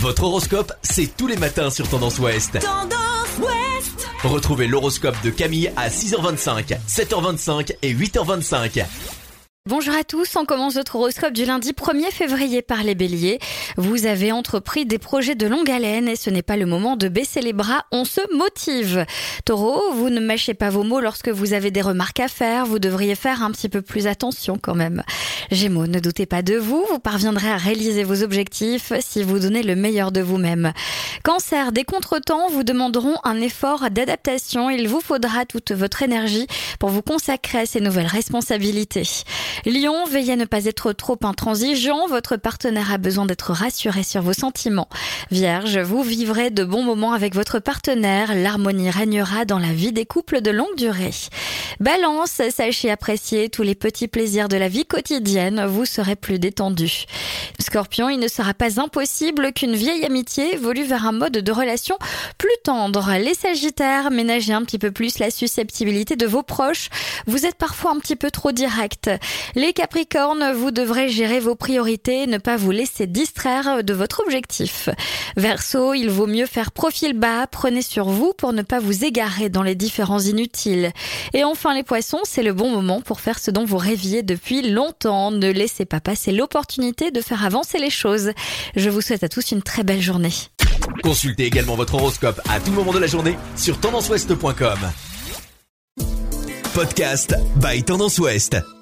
Votre horoscope, c'est tous les matins sur Tendance Ouest. Tendance Ouest. Retrouvez l'horoscope de Camille à 6h25, 7h25 et 8h25. Bonjour à tous, on commence votre horoscope du lundi 1er février par les béliers. Vous avez entrepris des projets de longue haleine et ce n'est pas le moment de baisser les bras, on se motive. Taureau, vous ne mâchez pas vos mots lorsque vous avez des remarques à faire, vous devriez faire un petit peu plus attention quand même. Gémeaux, ne doutez pas de vous, vous parviendrez à réaliser vos objectifs si vous donnez le meilleur de vous-même. Cancer, des contretemps vous demanderont un effort d'adaptation, il vous faudra toute votre énergie pour vous consacrer à ces nouvelles responsabilités. Lion, veillez à ne pas être trop intransigeant, votre partenaire a besoin d'être rassuré sur vos sentiments. Vierge, vous vivrez de bons moments avec votre partenaire, l'harmonie régnera dans la vie des couples de longue durée. Balance, sachez apprécier tous les petits plaisirs de la vie quotidienne, vous serez plus détendu. Scorpion, il ne sera pas impossible qu'une vieille amitié évolue vers un mode de relation plus tendre. Les Sagittaires, ménagez un petit peu plus la susceptibilité de vos proches, vous êtes parfois un petit peu trop direct. Les Capricornes, vous devrez gérer vos priorités, ne pas vous laisser distraire de votre objectif. Verseau, il vaut mieux faire profil bas, prenez sur vous pour ne pas vous égarer dans les différends inutiles. Et enfin les Poissons, c'est le bon moment pour faire ce dont vous rêviez depuis longtemps. Ne laissez pas passer l'opportunité de faire avancer les choses. Je vous souhaite à tous une très belle journée. Consultez également votre horoscope à tout moment de la journée sur tendanceouest.com. Podcast by Tendance Ouest.